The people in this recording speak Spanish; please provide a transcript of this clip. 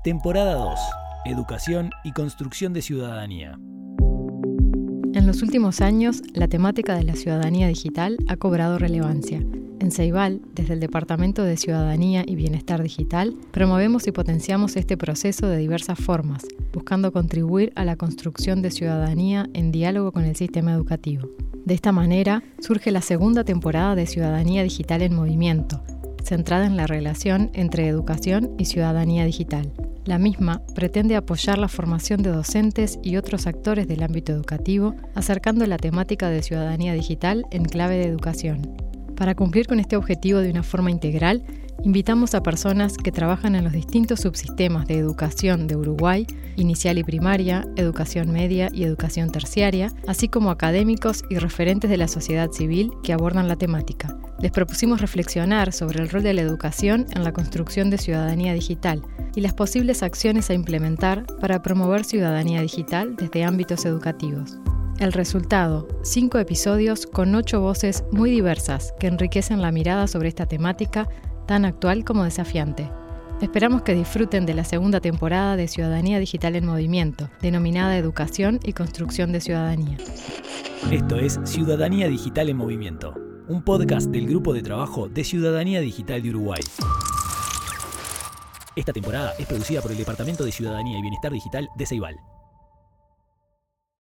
Temporada 2. Educación y construcción de ciudadanía. En los últimos años, la temática de la ciudadanía digital ha cobrado relevancia. En Ceibal, desde el Departamento de Ciudadanía y Bienestar Digital, promovemos y potenciamos este proceso de diversas formas, buscando contribuir a la construcción de ciudadanía en diálogo con el sistema educativo. De esta manera, surge la segunda temporada de Ciudadanía Digital en Movimiento, centrada en la relación entre educación y ciudadanía digital. La misma pretende apoyar la formación de docentes y otros actores del ámbito educativo, acercando la temática de ciudadanía digital en clave de educación. Para cumplir con este objetivo de una forma integral, invitamos a personas que trabajan en los distintos subsistemas de educación de Uruguay, inicial y primaria, educación media y educación terciaria, así como académicos y referentes de la sociedad civil que abordan la temática. Les propusimos reflexionar sobre el rol de la educación en la construcción de ciudadanía digital y las posibles acciones a implementar para promover ciudadanía digital desde ámbitos educativos. El resultado, 5 episodios con 8 voces muy diversas que enriquecen la mirada sobre esta temática tan actual como desafiante. Esperamos que disfruten de la segunda temporada de Ciudadanía Digital en Movimiento, denominada Educación y Construcción de Ciudadanía. Esto es Ciudadanía Digital en Movimiento, un podcast del Grupo de Trabajo de Ciudadanía Digital de Uruguay. Esta temporada es producida por el Departamento de Ciudadanía y Bienestar Digital de Ceibal.